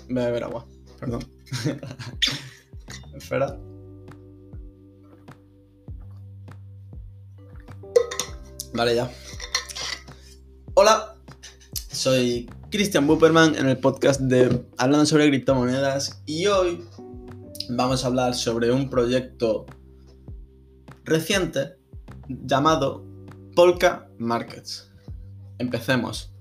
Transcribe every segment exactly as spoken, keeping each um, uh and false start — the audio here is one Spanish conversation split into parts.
Voy a beber agua, perdón. Espera. Vale, ya. Hola, soy Christian Buperman en el podcast de Hablando sobre criptomonedas y hoy vamos a hablar sobre un proyecto reciente llamado Polka Markets. Empecemos.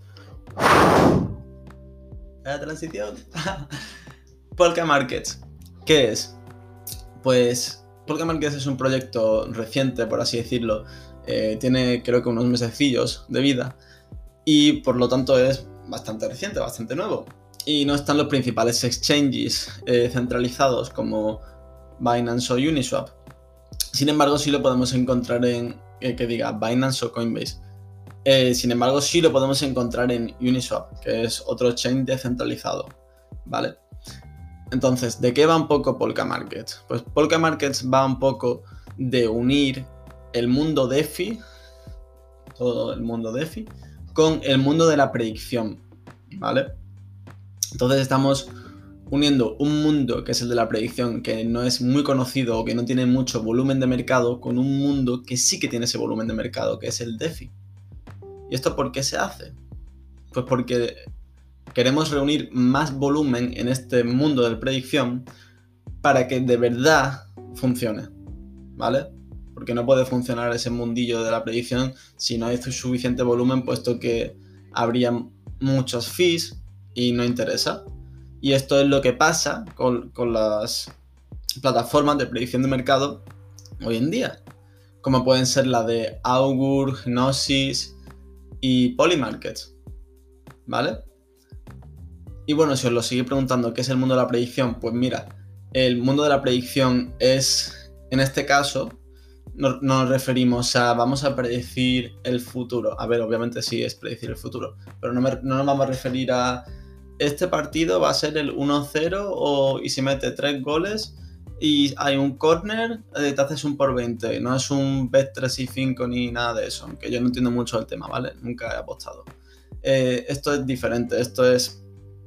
La transición. Polka Markets. ¿Qué es? Pues Polka Markets es un proyecto reciente, por así decirlo. Eh, tiene creo que unos mesecillos de vida y por lo tanto es bastante reciente, bastante nuevo. Y no están los principales exchanges eh, centralizados como Binance o Uniswap. Sin embargo, sí lo podemos encontrar en, eh, que diga Binance o Coinbase. Eh, sin embargo, sí lo podemos encontrar en Uniswap, que es otro exchange descentralizado, ¿vale? Entonces, ¿de qué va un poco Polka Markets? Pues Polka Markets va un poco de unir el mundo DeFi, todo el mundo DeFi, con el mundo de la predicción, ¿vale? Entonces estamos uniendo un mundo que es el de la predicción, que no es muy conocido o que no tiene mucho volumen de mercado, con un mundo que sí que tiene ese volumen de mercado, que es el DeFi. ¿Y esto por qué se hace? Pues porque queremos reunir más volumen en este mundo de la predicción para que de verdad funcione, ¿vale? Porque no puede funcionar ese mundillo de la predicción si no hay suficiente volumen, puesto que habría muchos fees y no interesa. Y esto es lo que pasa con, con las plataformas de predicción de mercado hoy en día, como pueden ser la de Augur, Gnosis y Polymarkets, ¿vale? Y bueno, si os lo seguís preguntando qué es el mundo de la predicción, pues mira, el mundo de la predicción es, en este caso, no, no nos referimos a vamos a predecir el futuro. A ver, obviamente sí es predecir el futuro, pero no, me, no nos vamos a referir a este partido va a ser el uno cero o, y si mete tres goles y hay un córner, eh, te haces un por veinte. No es un bet tres y cinco ni nada de eso, aunque yo no entiendo mucho el tema, ¿vale? Nunca he apostado. Eh, esto es diferente, esto es...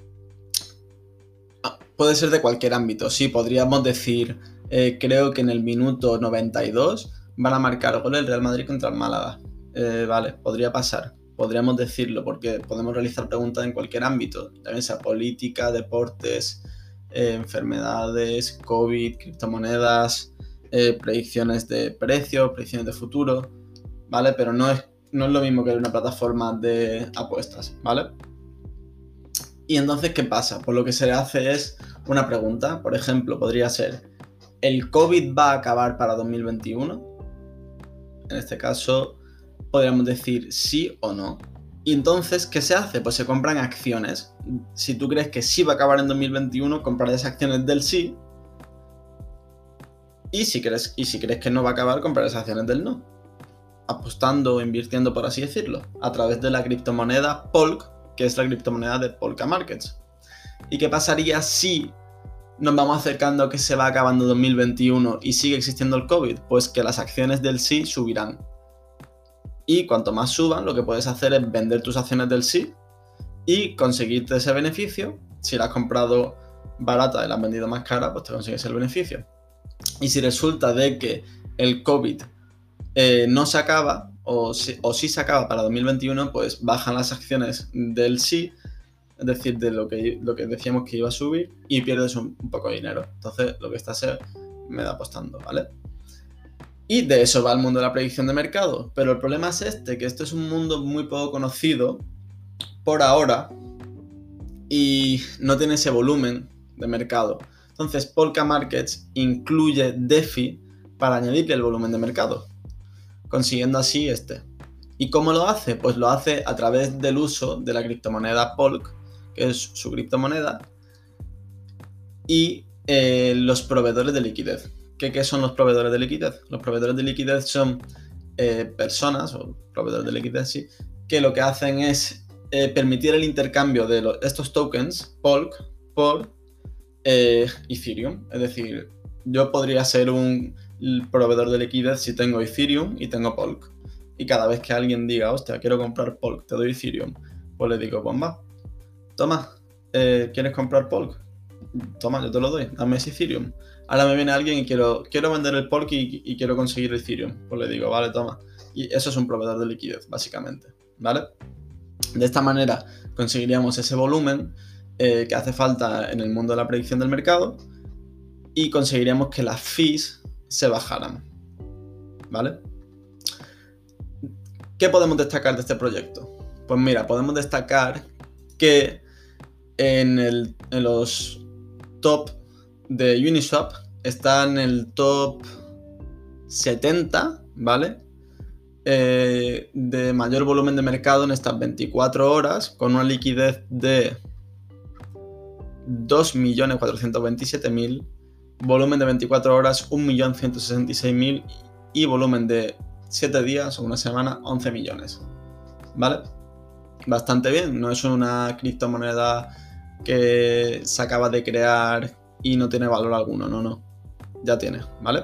Puede ser de cualquier ámbito, sí, podríamos decir, eh, creo que en el minuto noventa y dos van a marcar gol el Real Madrid contra el Málaga. Eh, vale, podría pasar, podríamos decirlo, porque podemos realizar preguntas en cualquier ámbito, también sea política, deportes, eh, enfermedades, COVID, criptomonedas, eh, predicciones de precios, predicciones de futuro, ¿vale? Pero no es, no es lo mismo que una plataforma de apuestas, ¿vale? Y entonces, ¿qué pasa? Pues lo que se hace es una pregunta. Por ejemplo, podría ser, ¿el COVID va a acabar para dos mil veintiuno? En este caso, podríamos decir sí o no. Y entonces, ¿qué se hace? Pues se compran acciones. Si tú crees que sí va a acabar en dos mil veintiuno, comprarás acciones del sí. Y si crees, y si crees que no va a acabar, comprarás acciones del no. Apostando o invirtiendo, por así decirlo, a través de la criptomoneda Polk, que es la criptomoneda de Polka Markets. ¿Y qué pasaría si nos vamos acercando a que se va acabando dos mil veintiuno y sigue existiendo el COVID? Pues que las acciones del sí subirán. Y cuanto más suban, lo que puedes hacer es vender tus acciones del sí y conseguirte ese beneficio. Si la has comprado barata y la has vendido más cara, pues te consigues el beneficio. Y si resulta de que el COVID eh, no se acaba, o si, o si se acaba para dos mil veintiuno, pues bajan las acciones del sí, es decir, de lo que, lo que decíamos que iba a subir, y pierdes un, un poco de dinero. Entonces, lo que está se me da apostando, ¿vale? Y de eso va el mundo de la predicción de mercado. Pero el problema es este, que esto es un mundo muy poco conocido por ahora y no tiene ese volumen de mercado. Entonces, Polka Markets incluye DeFi para añadirle el volumen de mercado, consiguiendo así este. ¿Y cómo lo hace? Pues lo hace a través del uso de la criptomoneda Polk, que es su criptomoneda, y eh, los proveedores de liquidez. ¿Qué, ¿Qué son los proveedores de liquidez? Los proveedores de liquidez son eh, personas, o proveedores de liquidez, sí, que lo que hacen es eh, permitir el intercambio de los, estos tokens, Polk, por eh, Ethereum. Es decir, yo podría ser un proveedor de liquidez si tengo Ethereum y tengo Polk. Y cada vez que alguien diga, hostia, quiero comprar Polk, te doy Ethereum, pues le digo, bomba, toma, eh, ¿quieres comprar Polk? toma, yo te lo doy, dame ese Ethereum. Ahora me viene alguien y quiero, quiero vender el Polk y, y quiero conseguir el Ethereum. Pues le digo, vale, toma. Y eso es un proveedor de liquidez, básicamente, ¿vale? De esta manera conseguiríamos ese volumen eh, que hace falta en el mundo de la predicción del mercado y conseguiríamos que las fees se bajaran, ¿vale? ¿Qué podemos destacar de este proyecto? Pues mira, podemos destacar que en, el, en los top de Uniswap está en el top setenta, ¿vale? Eh, de mayor volumen de mercado en estas veinticuatro horas, con una liquidez de dos millones cuatrocientos veintisiete mil, volumen de veinticuatro horas un millón ciento sesenta y seis mil y volumen de siete días o una semana once millones, ¿vale? Bastante bien, no es una criptomoneda que se acaba de crear y no tiene valor alguno, no, no, ya tiene, ¿vale?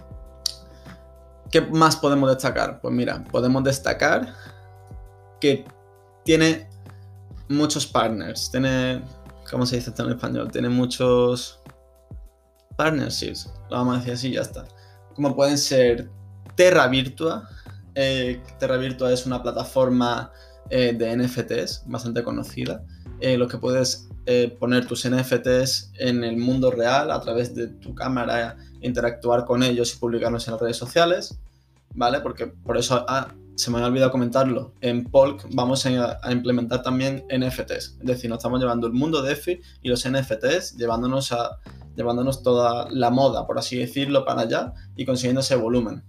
¿Qué más podemos destacar? Pues mira, podemos destacar que tiene muchos partners, tiene, ¿cómo se dice esto en español? Tiene muchos partnerships, lo vamos a decir así y ya está. Como pueden ser Terra Virtua. Eh, Terra Virtua es una plataforma eh, de N F Ts bastante conocida, eh, lo que puedes eh, poner tus N F Ts en el mundo real a través de tu cámara, interactuar con ellos y publicarlos en las redes sociales, ¿vale? Porque por eso ah, se me había olvidado comentarlo, en Polk vamos a, a implementar también N F Ts, es decir, nos estamos llevando el mundo de DeFi y los N F Ts, llevándonos, a, llevándonos toda la moda, por así decirlo, para allá y consiguiendo ese volumen.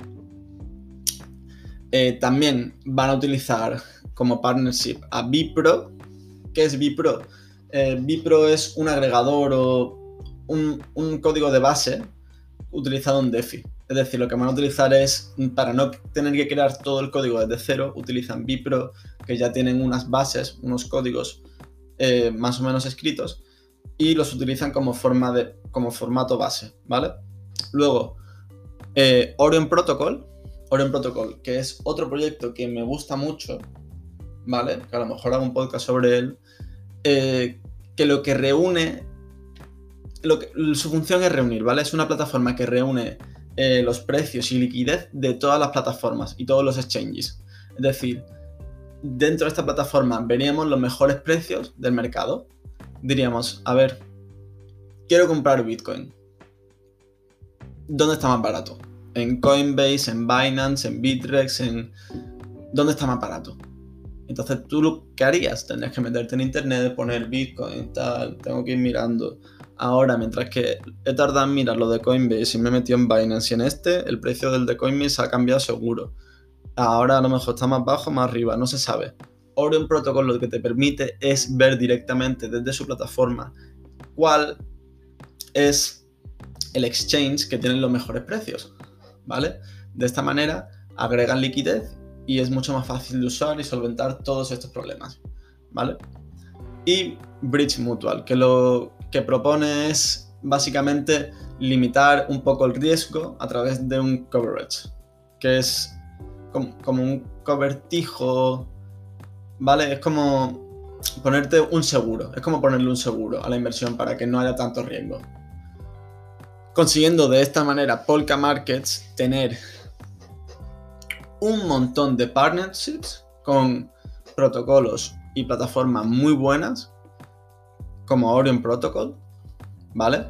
Eh, también van a utilizar como partnership a Bipro. ¿Qué es Bipro? Eh, Bipro es un agregador o un, un código de base utilizado en DeFi. Es decir, lo que van a utilizar es, para no tener que crear todo el código desde cero, utilizan Bipro, que ya tienen unas bases, unos códigos eh, más o menos escritos, y los utilizan como, forma de, como formato base, ¿vale? Luego, eh, Orion Protocol, Orion Protocol, que es otro proyecto que me gusta mucho, ¿vale? Que a lo mejor hago un podcast sobre él, eh, que lo que reúne, lo que, su función es reunir, ¿vale? Es una plataforma que reúne eh, los precios y liquidez de todas las plataformas y todos los exchanges. Es decir, dentro de esta plataforma veríamos los mejores precios del mercado. Diríamos, a ver, quiero comprar Bitcoin. ¿Dónde está más barato? En Coinbase, en Binance, en Bittrex, en... ¿Dónde está más barato? Entonces, ¿tú lo que harías? Tendrías que meterte en internet, poner Bitcoin, tal, tengo que ir mirando. Ahora, mientras que he tardado en mirar lo de Coinbase y me he metido en Binance y en este, el precio del de Coinbase ha cambiado seguro. Ahora a lo mejor está más bajo, más arriba, no se sabe. Orion Protocol lo que te permite es ver directamente desde su plataforma cuál es el exchange que tiene los mejores precios, ¿vale? De esta manera agregan liquidez y es mucho más fácil de usar y solventar todos estos problemas, ¿vale? Y Bridge Mutual, que lo que propone es básicamente limitar un poco el riesgo a través de un coverage, que es como, como un cobertijo, ¿vale? Es como ponerte un seguro, es como ponerle un seguro a la inversión para que no haya tanto riesgo. Consiguiendo de esta manera Polka Markets tener un montón de partnerships con protocolos y plataformas muy buenas como Orion Protocol, ¿vale?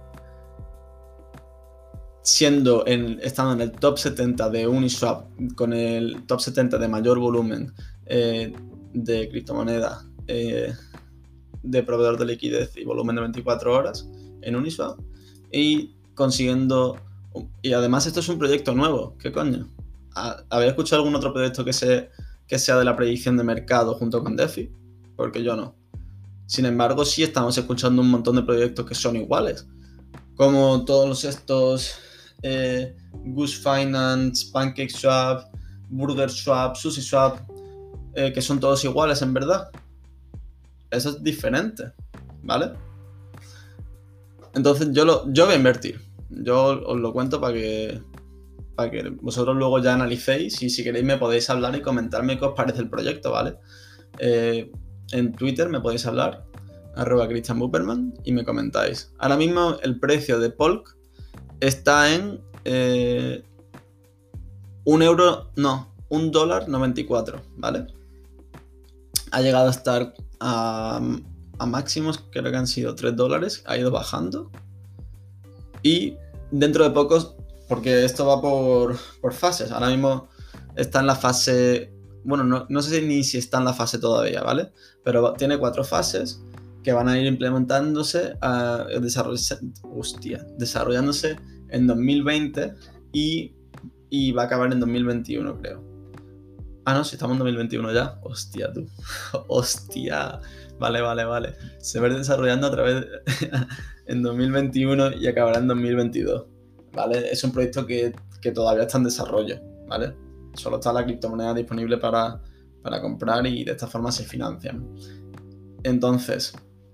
Siendo en, estando en el top setenta de Uniswap, con el top setenta de mayor volumen eh, de criptomoneda, eh, de proveedor de liquidez y volumen de veinticuatro horas en Uniswap, y consiguiendo... Y además esto es un proyecto nuevo, ¿qué coño? ¿Habéis escuchado algún otro proyecto que, se, que sea de la predicción de mercado junto con DeFi? Porque yo no. Sin embargo, sí estamos escuchando un montón de proyectos que son iguales, como todos estos eh, Goose Finance, PancakeSwap, BurgerSwap, SushiSwap, eh, que son todos iguales en verdad. Eso es diferente, ¿vale? Entonces yo, lo, yo voy a invertir. Yo os lo cuento para que, para que vosotros luego ya analicéis y si queréis me podéis hablar y comentarme qué os parece el proyecto, ¿vale? Eh, en Twitter me podéis hablar, arroba Christian Buperman, y me comentáis. Ahora mismo el precio de Polk está en eh, un euro, no, un dólar noventa y cuatro, ¿vale? Ha llegado a estar a, a máximos, creo que han sido tres dólares, ha ido bajando. Y dentro de pocos, porque esto va por, por fases, ahora mismo está en la fase, bueno, no, no sé ni si está en la fase todavía, ¿vale? Pero tiene cuatro fases que van a ir implementándose, a desarrollarse, hostia, desarrollándose en dos mil veinte y, y va a acabar en dos mil veintiuno, creo. Ah, no, si estamos en dos mil veintiuno ya. Hostia, tú. Hostia. Vale, vale, vale. Se va desarrollando a través de... en dos mil veintiuno y acabará en dos mil veintidós. ¿Vale? Es un proyecto que, que todavía está en desarrollo, ¿vale? Solo está la criptomoneda disponible para, para comprar y de esta forma se financian. Entonces,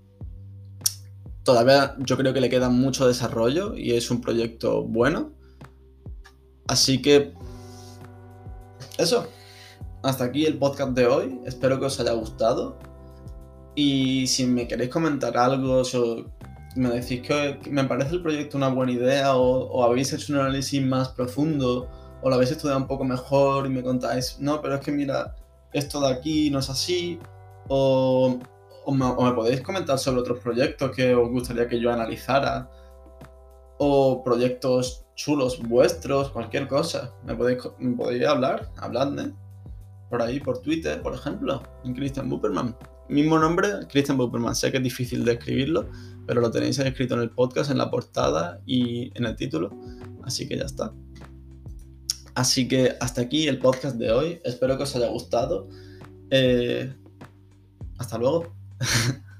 todavía yo creo que le queda mucho desarrollo y es un proyecto bueno. Así que... eso. Hasta aquí el podcast de hoy. Espero que os haya gustado. Y si me queréis comentar algo, si me decís que me parece el proyecto una buena idea o, o habéis hecho un análisis más profundo o lo habéis estudiado un poco mejor y me contáis, no, pero es que mira, esto de aquí no es así, o, o, me, o me podéis comentar sobre otros proyectos que os gustaría que yo analizara, o proyectos chulos vuestros, cualquier cosa, me podéis, me podéis hablar, habladme por ahí, por Twitter, por ejemplo, en Christian Buperman. Mismo nombre, Christian Buperman. Sé que es difícil de escribirlo, pero lo tenéis ahí escrito en el podcast, en la portada y en el título. Así que ya está. Así que hasta aquí el podcast de hoy. Espero que os haya gustado. Eh, hasta luego.